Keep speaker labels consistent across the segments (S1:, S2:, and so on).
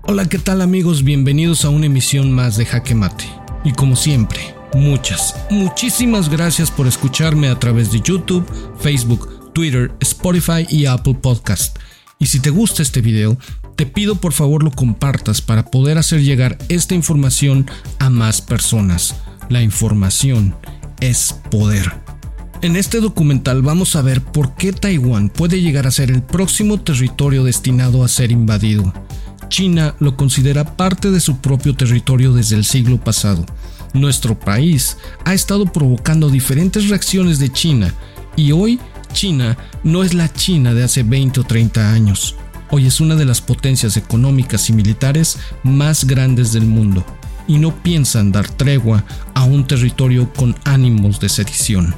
S1: Hola, ¿qué tal amigos? Bienvenidos a una emisión más de Jaque Mate. Y como siempre, muchísimas gracias por escucharme a través de YouTube, Facebook, Twitter, Spotify y Apple Podcast. Y si te gusta este video, te pido por favor lo compartas para poder hacer llegar esta información a más personas. La información es poder. En este documental vamos a ver por qué Taiwán puede llegar a ser el próximo territorio destinado a ser invadido. China lo considera parte de su propio territorio desde el siglo pasado. Nuestro país ha estado provocando diferentes reacciones de China y hoy China no es la China de hace 20 o 30 años. Hoy es una de las potencias económicas y militares más grandes del mundo y no piensan dar tregua a un territorio con ánimos de sedición.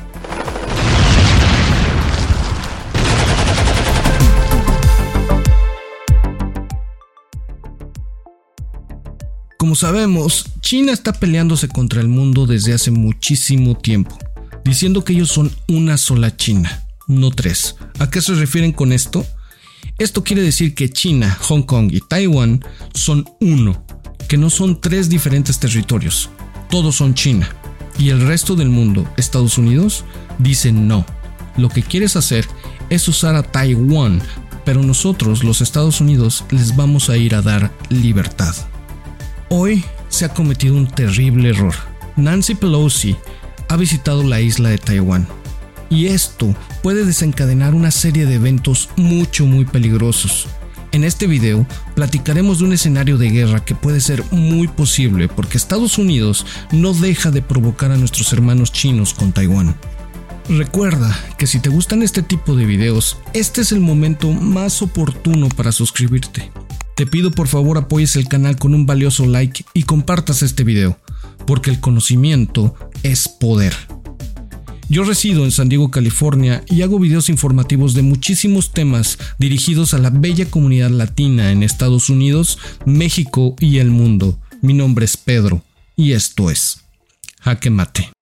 S1: Como sabemos, China está peleándose contra el mundo desde hace muchísimo tiempo, diciendo que ellos son una sola China, no tres. ¿A qué se refieren con esto? Esto quiere decir que China, Hong Kong y Taiwán son uno, que no son tres diferentes territorios, todos son China. Y el resto del mundo, Estados Unidos, dicen no. Lo que quieres hacer es usar a Taiwán, pero nosotros, los Estados Unidos, les vamos a ir a dar libertad. Hoy se ha cometido un terrible error. Nancy Pelosi ha visitado la isla de Taiwán y esto puede desencadenar una serie de eventos muy peligrosos. En este video platicaremos de un escenario de guerra que puede ser muy posible porque Estados Unidos no deja de provocar a nuestros hermanos chinos con Taiwán. Recuerda que si te gustan este tipo de videos, este es el momento más oportuno para suscribirte. Te pido por favor apoyes el canal con un valioso like y compartas este video, porque el conocimiento es poder. Yo resido en San Diego, California y hago videos informativos de muchísimos temas dirigidos a la bella comunidad latina en Estados Unidos, México y el mundo. Mi nombre es Pedro y esto es Jaque Mate.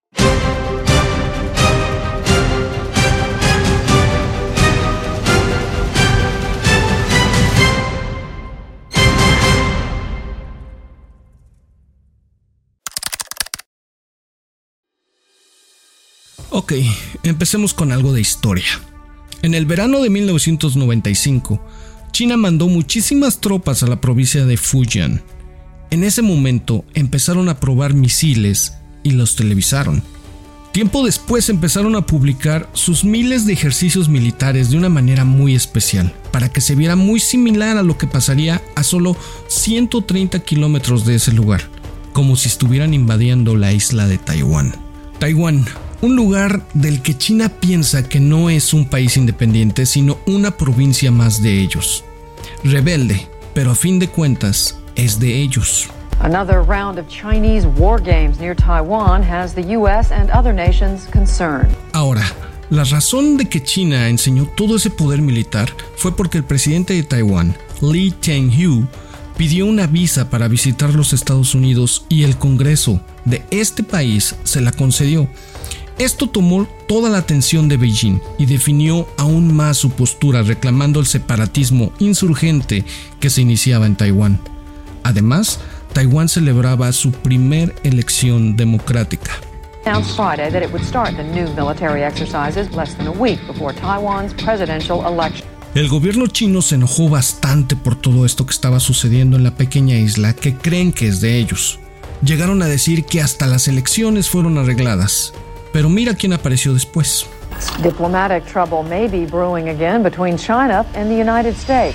S1: Ok, empecemos con algo de historia. En el verano de 1995, China mandó muchísimas tropas a la provincia de Fujian. En ese momento empezaron a probar misiles y los televisaron. Tiempo después empezaron a publicar sus miles de ejercicios militares de una manera muy especial, para que se viera muy similar a lo que pasaría a solo 130 kilómetros de ese lugar, como si estuvieran invadiendo la isla de Taiwán. Taiwán, un lugar del que China piensa que no es un país independiente, sino una provincia más de ellos. Rebelde, pero a fin de cuentas es de ellos.
S2: Another round of Chinese war games near Taiwan has the US and other nations concerned.
S1: Ahora, la razón de que China enseñó todo ese poder militar fue porque el presidente de Taiwán, Lee Teng-hui, pidió una visa para visitar los Estados Unidos y el Congreso de este país se la concedió. Esto tomó toda la atención de Beijing y definió aún más su postura reclamando el separatismo insurgente que se iniciaba en Taiwán. Además, Taiwán celebraba su primer elección democrática.
S2: Announced Friday that it would start the new military exercises less than a week before Taiwan's presidential election.
S1: El gobierno chino se enojó bastante por todo esto que estaba sucediendo en la pequeña isla que creen que es de ellos. Llegaron a decir que hasta las elecciones fueron arregladas. Pero mira quién apareció después.
S2: Diplomatic trouble may be brewing again between China and the United States.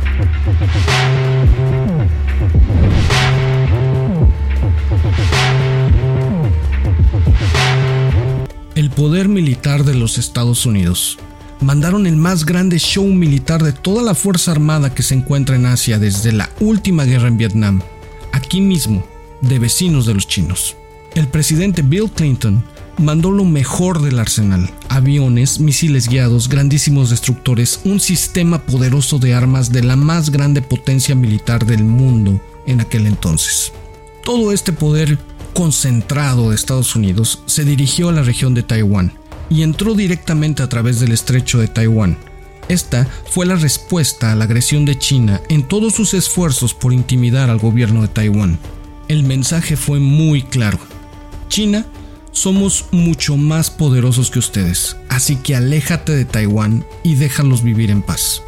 S1: El poder militar de los Estados Unidos. Mandaron el más grande show militar de toda la Fuerza Armada que se encuentra en Asia desde la última guerra en Vietnam, aquí mismo, de vecinos de los chinos. El presidente Bill Clinton mandó lo mejor del arsenal: aviones, misiles guiados, grandísimos destructores, un sistema poderoso de armas de la más grande potencia militar del mundo en aquel entonces. Todo este poder concentrado de Estados Unidos se dirigió a la región de Taiwán y entró directamente a través del estrecho de Taiwán. Esta fue la respuesta a la agresión de China en todos sus esfuerzos por intimidar al gobierno de Taiwán. El mensaje fue muy claro. China, somos mucho más poderosos que ustedes, así que aléjate de Taiwán y déjalos vivir en paz.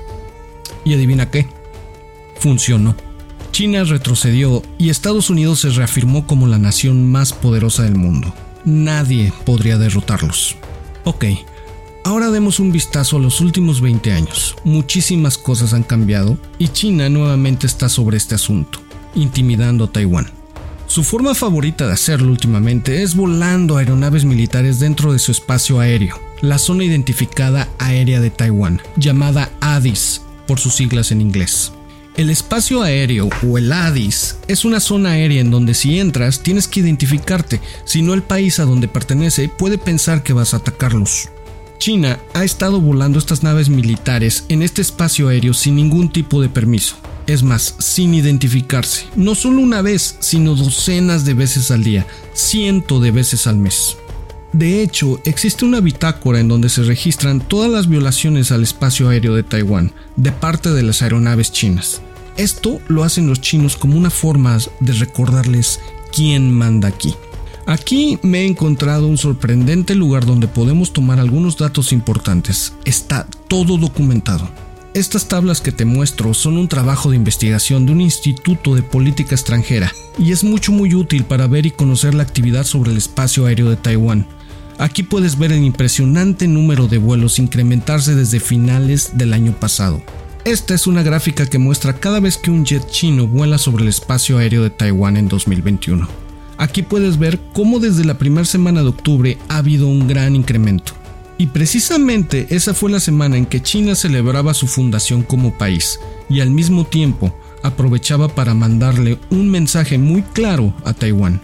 S1: ¿Y adivina qué? Funcionó. China retrocedió y Estados Unidos se reafirmó como la nación más poderosa del mundo. Nadie podría derrotarlos. Ok, ahora demos un vistazo a los últimos 20 años. Muchísimas cosas han cambiado y China nuevamente está sobre este asunto, intimidando a Taiwán. Su forma favorita de hacerlo últimamente es volando aeronaves militares dentro de su espacio aéreo, la zona identificada aérea de Taiwán, llamada ADIZ por sus siglas en inglés. El espacio aéreo o el ADIZ es una zona aérea en donde si entras tienes que identificarte, si no el país a donde pertenece puede pensar que vas a atacarlos. China ha estado volando estas naves militares en este espacio aéreo sin ningún tipo de permiso. Es más, sin identificarse, no solo una vez, sino docenas de veces al día, cientos de veces al mes. De hecho, existe una bitácora en donde se registran todas las violaciones al espacio aéreo de Taiwán, de parte de las aeronaves chinas. Esto lo hacen los chinos como una forma de recordarles quién manda aquí. Aquí me he encontrado un sorprendente lugar donde podemos tomar algunos datos importantes. Está todo documentado. Estas tablas que te muestro son un trabajo de investigación de un instituto de política extranjera y es muy útil para ver y conocer la actividad sobre el espacio aéreo de Taiwán. Aquí puedes ver el impresionante número de vuelos incrementarse desde finales del año pasado. Esta es una gráfica que muestra cada vez que un jet chino vuela sobre el espacio aéreo de Taiwán en 2021. Aquí puedes ver cómo desde la primera semana de octubre ha habido un gran incremento. Y precisamente esa fue la semana en que China celebraba su fundación como país y al mismo tiempo aprovechaba para mandarle un mensaje muy claro a Taiwán: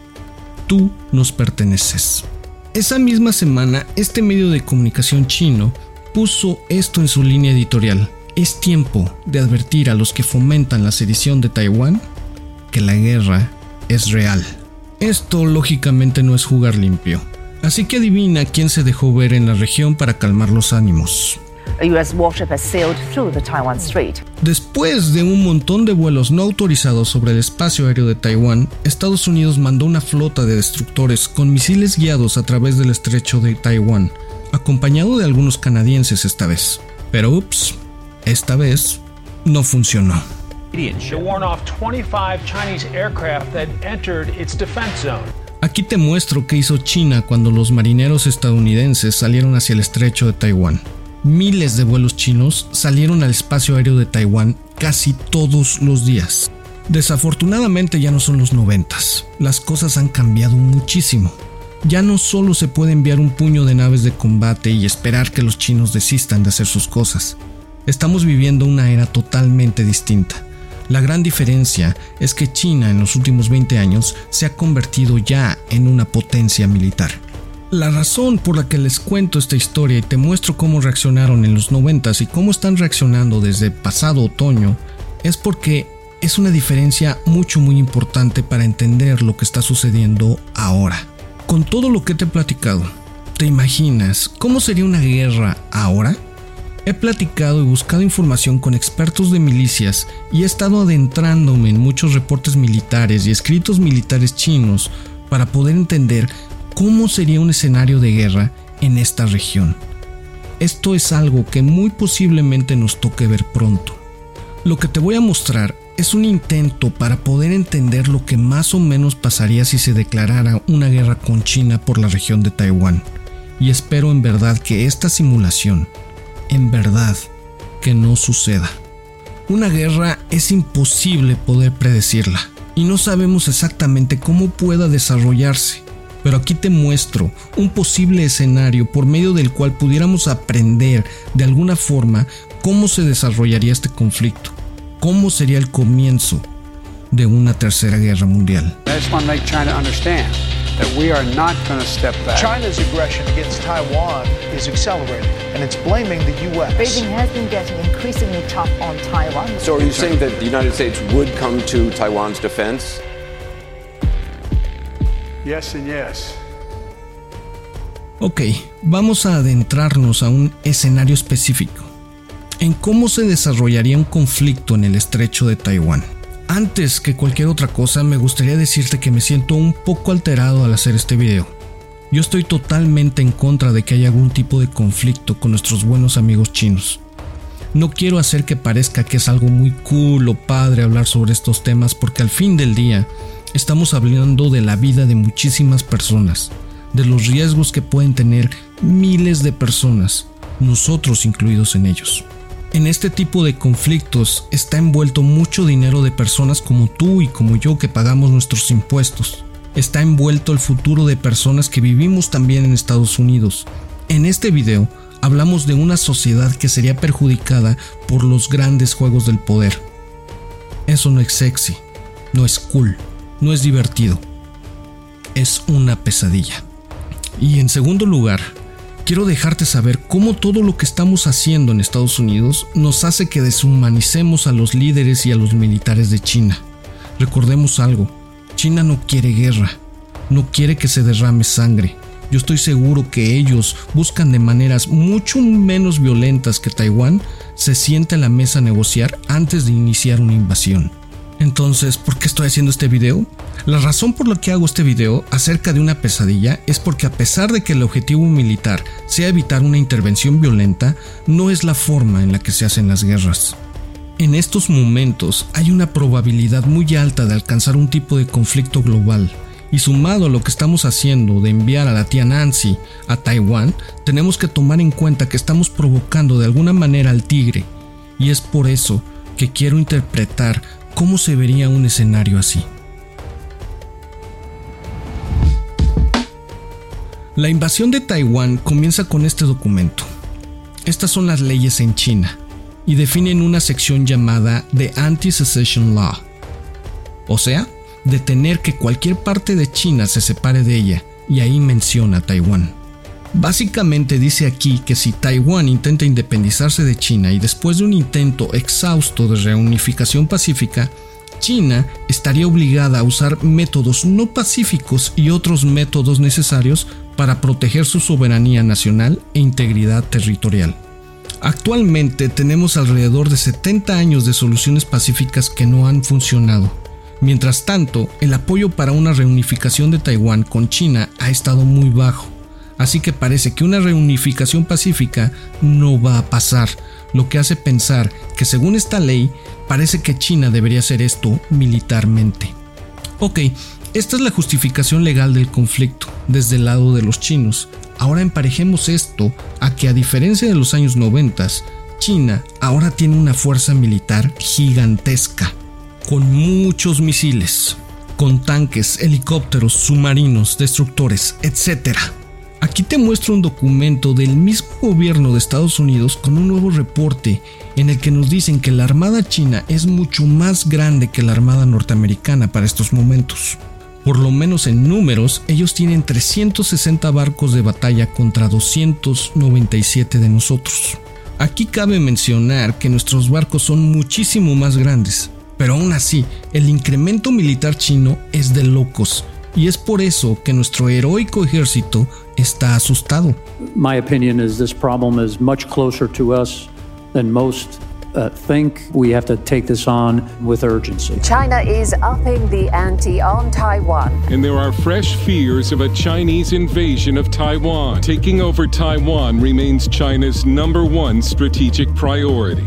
S1: tú nos perteneces. Esa misma semana, este medio de comunicación chino puso esto en su línea editorial: es tiempo de advertir a los que fomentan la sedición de Taiwán que la guerra es real. Esto lógicamente no es jugar limpio. Así que adivina quién se dejó ver en la región para calmar los ánimos.
S3: A US warship has sailed through the Taiwan Strait.
S1: Después de un montón de vuelos no autorizados sobre el espacio aéreo de Taiwán, Estados Unidos mandó una flota de destructores con misiles guiados a través del estrecho de Taiwán, acompañado de algunos canadienses esta vez. Pero ups, esta vez no funcionó. Aquí te muestro qué hizo China cuando los marineros estadounidenses salieron hacia el estrecho de Taiwán. Miles de vuelos chinos salieron al espacio aéreo de Taiwán casi todos los días. Desafortunadamente ya no son los 90s. Las cosas han cambiado muchísimo. Ya no solo se puede enviar un puño de naves de combate y esperar que los chinos desistan de hacer sus cosas. Estamos viviendo una era totalmente distinta. La gran diferencia es que China en los últimos 20 años se ha convertido ya en una potencia militar. La razón por la que les cuento esta historia y te muestro cómo reaccionaron en los 90s y cómo están reaccionando desde pasado otoño es porque es una diferencia muy importante para entender lo que está sucediendo ahora. Con todo lo que te he platicado, ¿te imaginas cómo sería una guerra ahora? He platicado y buscado información con expertos de milicias y he estado adentrándome en muchos reportes militares y escritos militares chinos para poder entender cómo sería un escenario de guerra en esta región. Esto es algo que muy posiblemente nos toque ver pronto. Lo que te voy a mostrar es un intento para poder entender lo que más o menos pasaría si se declarara una guerra con China por la región de Taiwán. Y espero en verdad que esta simulación, en verdad, que no suceda. Una guerra es imposible poder predecirla y no sabemos exactamente cómo pueda desarrollarse. Pero aquí te muestro un posible escenario por medio del cual pudiéramos aprender de alguna forma cómo se desarrollaría este conflicto, cómo sería el comienzo de una tercera guerra mundial.
S4: China's aggression against Taiwan is accelerating, and it's blaming the U.S.
S3: Beijing has been getting increasingly tough on Taiwan.
S5: So are you saying that the United States would come to Taiwan's defense?
S4: Yes and yes.
S1: Ok, vamos a adentrarnos a un escenario específico. en cómo se desarrollaría un conflicto en el estrecho de Taiwán. Antes que cualquier otra cosa, me gustaría decirte que me siento un poco alterado al hacer este video. Yo estoy totalmente en contra de que haya algún tipo de conflicto con nuestros buenos amigos chinos. No quiero hacer que parezca que es algo muy cool o padre hablar sobre estos temas, porque al fin del día estamos hablando de la vida de muchísimas personas, de los riesgos que pueden tener miles de personas, nosotros incluidos en ellos. En este tipo de conflictos está envuelto mucho dinero de personas como tú y como yo que pagamos nuestros impuestos. Está envuelto el futuro de personas que vivimos también en Estados Unidos. En este video hablamos de una sociedad que sería perjudicada por los grandes juegos del poder. Eso no es sexy, no es cool, no es divertido. Es una pesadilla. Y en segundo lugar, quiero dejarte saber cómo todo lo que estamos haciendo en Estados Unidos nos hace que deshumanicemos a los líderes y a los militares de China. Recordemos algo, China no quiere guerra, no quiere que se derrame sangre. Yo estoy seguro que ellos buscan de maneras mucho menos violentas que Taiwán se siente a la mesa a negociar antes de iniciar una invasión. Entonces, ¿por qué estoy haciendo este video? La razón por la que hago este video acerca de una pesadilla es porque a pesar de que el objetivo militar sea evitar una intervención violenta, no es la forma en la que se hacen las guerras. En estos momentos hay una probabilidad muy alta de alcanzar un tipo de conflicto global, y sumado a lo que estamos haciendo de enviar a la tía Nancy a Taiwán, tenemos que tomar en cuenta que estamos provocando de alguna manera al tigre, y es por eso que quiero interpretar cómo se vería un escenario así. La invasión de Taiwán comienza con este documento. Estas son las leyes en China y definen una sección llamada The Anti-Secession Law, o sea, detener que cualquier parte de China se separe de ella, y ahí menciona Taiwán. Básicamente dice aquí que si Taiwán intenta independizarse de China y después de un intento exhausto de reunificación pacífica, China estaría obligada a usar métodos no pacíficos y otros métodos necesarios para proteger su soberanía nacional e integridad territorial. Actualmente tenemos alrededor de 70 años de soluciones pacíficas que no han funcionado. Mientras tanto, el apoyo para una reunificación de Taiwán con China ha estado muy bajo, así que parece que una reunificación pacífica no va a pasar, lo que hace pensar que según esta ley, parece que China debería hacer esto militarmente. Ok, esta es la justificación legal del conflicto, desde el lado de los chinos. Ahora emparejemos esto a que a diferencia de los años 90, China ahora tiene una fuerza militar gigantesca, con muchos misiles, con tanques, helicópteros, submarinos, destructores, etc. Aquí te muestro un documento del mismo gobierno de Estados Unidos con un nuevo reporte en el que nos dicen que la armada china es mucho más grande que la armada norteamericana para estos momentos. Por lo menos en números, ellos tienen 360 barcos de batalla contra 297 de nosotros. Aquí cabe mencionar que nuestros barcos son muchísimo más grandes, pero aún así, el incremento militar chino es de locos, y es por eso que nuestro heroico ejército está asustado.
S6: My opinion is this problem is much closer to us than most think. We have to take this on with urgency.
S3: China is upping the ante on Taiwan.
S7: And there are fresh fears of a Chinese invasion of Taiwan. Taking over Taiwan remains China's #1 strategic priority.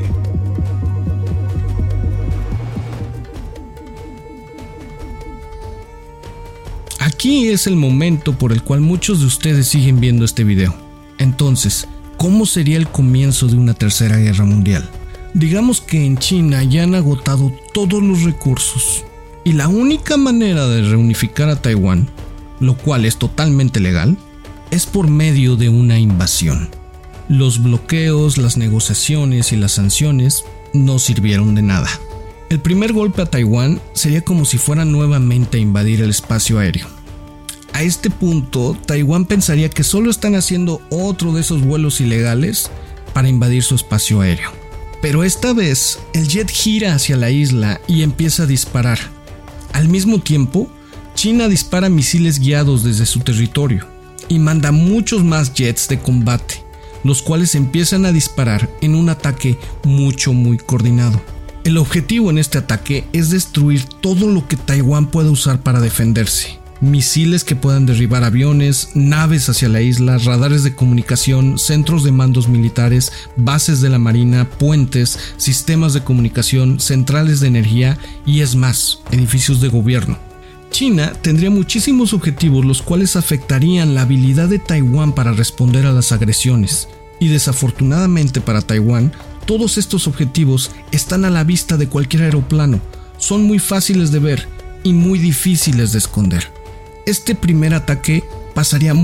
S1: Aquí es el momento por el cual muchos de ustedes siguen viendo este video. Entonces, ¿cómo sería el comienzo de una tercera guerra mundial? Digamos que en China ya han agotado todos los recursos y la única manera de reunificar a Taiwán, lo cual es totalmente legal, es por medio de una invasión. Los bloqueos, las negociaciones y las sanciones no sirvieron de nada. El primer golpe a Taiwán sería como si fuera nuevamente a invadir el espacio aéreo. A este punto, Taiwán pensaría que solo están haciendo otro de esos vuelos ilegales para invadir su espacio aéreo. Pero esta vez, el jet gira hacia la isla y empieza a disparar. Al mismo tiempo, China dispara misiles guiados desde su territorio y manda muchos más jets de combate, los cuales empiezan a disparar en un ataque muy coordinado. El objetivo en este ataque es destruir todo lo que Taiwán pueda usar para defenderse. Misiles que puedan derribar aviones, naves hacia la isla, radares de comunicación, centros de mandos militares, bases de la marina, puentes, sistemas de comunicación, centrales de energía y es más, edificios de gobierno. China tendría muchísimos objetivos los cuales afectarían la habilidad de Taiwán para responder a las agresiones. Y desafortunadamente para Taiwán, todos estos objetivos están a la vista de cualquier aeroplano, son muy fáciles de ver y muy difíciles de esconder. Este primer ataque pasaría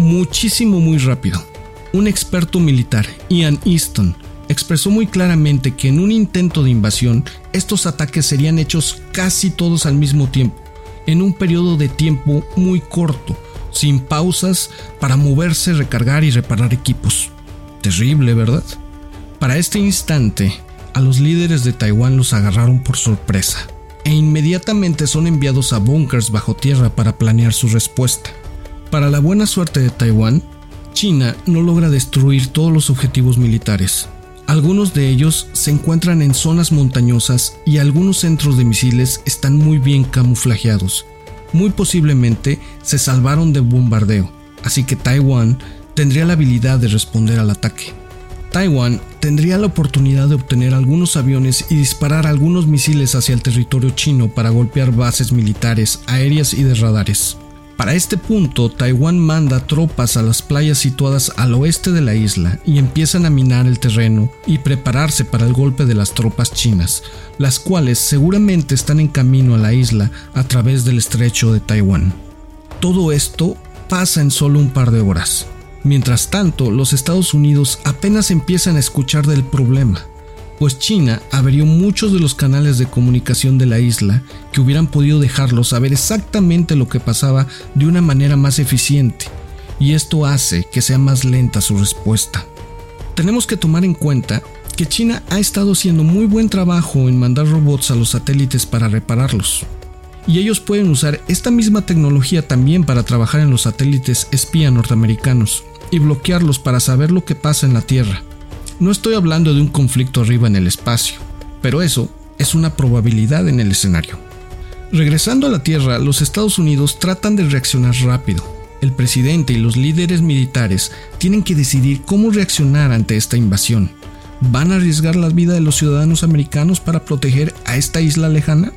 S1: muy rápido. Un experto militar, Ian Easton, expresó muy claramente que en un intento de invasión, estos ataques serían hechos casi todos al mismo tiempo, en un periodo de tiempo muy corto, sin pausas para moverse, recargar y reparar equipos. Terrible, ¿verdad? Para este instante, a los líderes de Taiwán los agarraron por sorpresa e inmediatamente son enviados a búnkers bajo tierra para planear su respuesta. Para la buena suerte de Taiwán, China no logra destruir todos los objetivos militares. Algunos de ellos se encuentran en zonas montañosas y algunos centros de misiles están muy bien camuflajeados. Muy posiblemente se salvaron de bombardeo, así que Taiwán tendría la habilidad de responder al ataque. Taiwán tendría la oportunidad de obtener algunos aviones y disparar algunos misiles hacia el territorio chino para golpear bases militares, aéreas y de radares. Para este punto, Taiwán manda tropas a las playas situadas al oeste de la isla y empiezan a minar el terreno y prepararse para el golpe de las tropas chinas, las cuales seguramente están en camino a la isla a través del estrecho de Taiwán. Todo esto pasa en solo un par de horas. Mientras tanto, los Estados Unidos apenas empiezan a escuchar del problema, pues China averió muchos de los canales de comunicación de la isla que hubieran podido dejarlos saber exactamente lo que pasaba de una manera más eficiente, y esto hace que sea más lenta su respuesta. Tenemos que tomar en cuenta que China ha estado haciendo muy buen trabajo en mandar robots a los satélites para repararlos, y ellos pueden usar esta misma tecnología también para trabajar en los satélites espía norteamericanos y bloquearlos para saber lo que pasa en la Tierra. No estoy hablando de un conflicto arriba en el espacio, pero eso es una probabilidad en el escenario. Regresando a la Tierra, los Estados Unidos tratan de reaccionar rápido. El presidente y los líderes militares tienen que decidir cómo reaccionar ante esta invasión. ¿Van a arriesgar la vida de los ciudadanos americanos para proteger a esta isla lejana?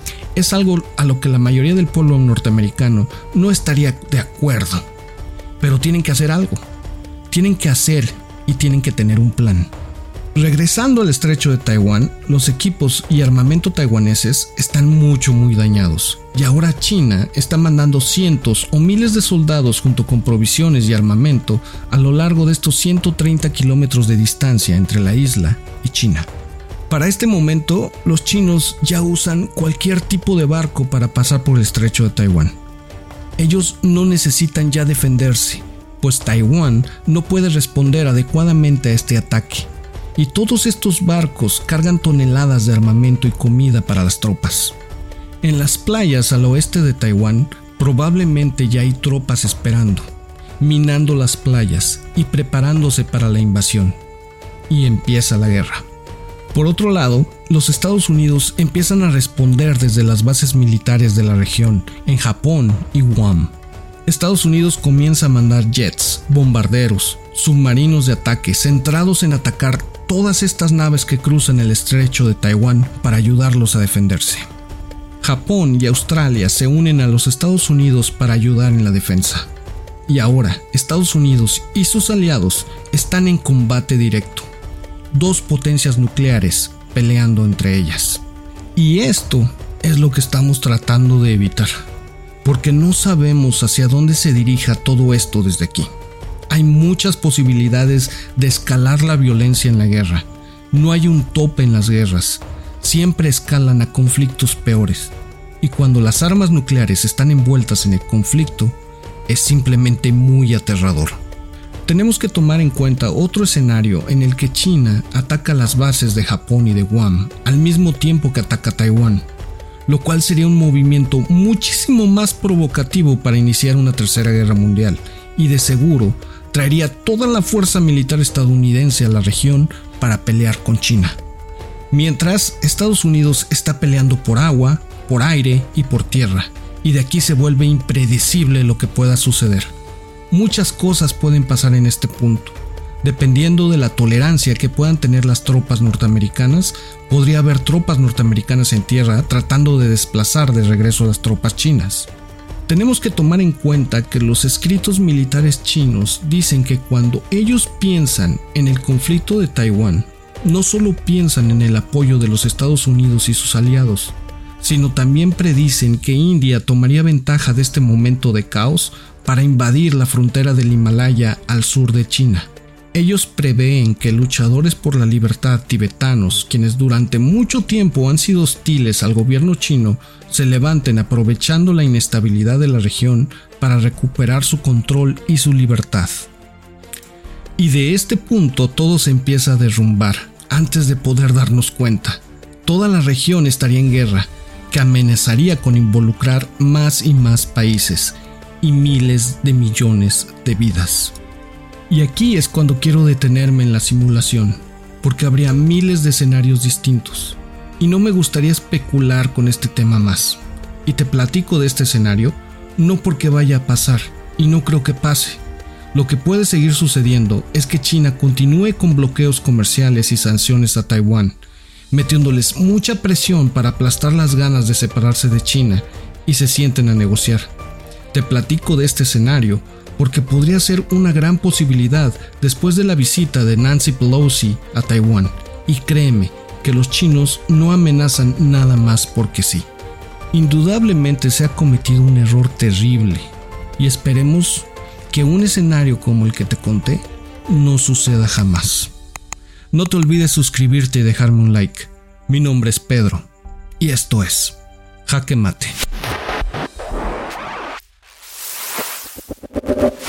S1: Es algo a lo que la mayoría del pueblo norteamericano no estaría de acuerdo. Pero tienen que hacer algo. Tienen que hacer y tienen que tener un plan. Regresando al estrecho de Taiwán, los equipos y armamento taiwaneses están muy dañados. Y ahora China está mandando cientos o miles de soldados junto con provisiones y armamento a lo largo de estos 130 kilómetros de distancia entre la isla y China. Para este momento, los chinos ya usan cualquier tipo de barco para pasar por el estrecho de Taiwán. Ellos no necesitan ya defenderse, pues Taiwán no puede responder adecuadamente a este ataque. Y todos estos barcos cargan toneladas de armamento y comida para las tropas. En las playas al oeste de Taiwán, probablemente ya hay tropas esperando, minando las playas y preparándose para la invasión. Y empieza la guerra. Por otro lado, los Estados Unidos empiezan a responder desde las bases militares de la región, en Japón y Guam. Estados Unidos comienza a mandar jets, bombarderos, submarinos de ataque centrados en atacar todas estas naves que cruzan el estrecho de Taiwán para ayudarlos a defenderse. Japón y Australia se unen a los Estados Unidos para ayudar en la defensa. Y ahora, Estados Unidos y sus aliados están en combate directo. Dos potencias nucleares peleando entre ellas. Y esto es lo que estamos tratando de evitar, porque no sabemos hacia dónde se dirija todo esto desde aquí. Hay muchas posibilidades de escalar la violencia en la guerra. No hay un tope en las guerras. Siempre escalan a conflictos peores. Y cuando las armas nucleares están envueltas en el conflicto, es simplemente muy aterrador. Tenemos que tomar en cuenta otro escenario en el que China ataca las bases de Japón y de Guam al mismo tiempo que ataca Taiwán, lo cual sería un movimiento muchísimo más provocativo para iniciar una tercera guerra mundial y de seguro traería toda la fuerza militar estadounidense a la región para pelear con China. Mientras, Estados Unidos está peleando por agua, por aire y por tierra, y de aquí se vuelve impredecible lo que pueda suceder. Muchas cosas pueden pasar en este punto. Dependiendo de la tolerancia que puedan tener las tropas norteamericanas, podría haber tropas norteamericanas en tierra tratando de desplazar de regreso a las tropas chinas. Tenemos que tomar en cuenta que los escritos militares chinos dicen que cuando ellos piensan en el conflicto de Taiwán, no solo piensan en el apoyo de los Estados Unidos y sus aliados, sino también predicen que India tomaría ventaja de este momento de caos para invadir la frontera del Himalaya al sur de China. Ellos prevén que luchadores por la libertad tibetanos, quienes durante mucho tiempo han sido hostiles al gobierno chino, se levanten aprovechando la inestabilidad de la región para recuperar su control y su libertad. Y de este punto todo se empieza a derrumbar antes de poder darnos cuenta. Toda la región estaría en guerra, que amenazaría con involucrar más y más países y miles de millones de vidas. Y aquí es cuando quiero detenerme en la simulación, porque habría miles de escenarios distintos, y no me gustaría especular con este tema más. Y te platico de este escenario, no porque vaya a pasar, y no creo que pase. Lo que puede seguir sucediendo es que China continúe con bloqueos comerciales y sanciones a Taiwán, metiéndoles mucha presión para aplastar las ganas de separarse de China y se sienten a negociar. Te platico de este escenario porque podría ser una gran posibilidad después de la visita de Nancy Pelosi a Taiwán, y créeme que los chinos no amenazan nada más porque sí. Indudablemente se ha cometido un error terrible y esperemos que un escenario como el que te conté no suceda jamás. No te olvides suscribirte y dejarme un like. Mi nombre es Pedro y esto es Jaque Mate.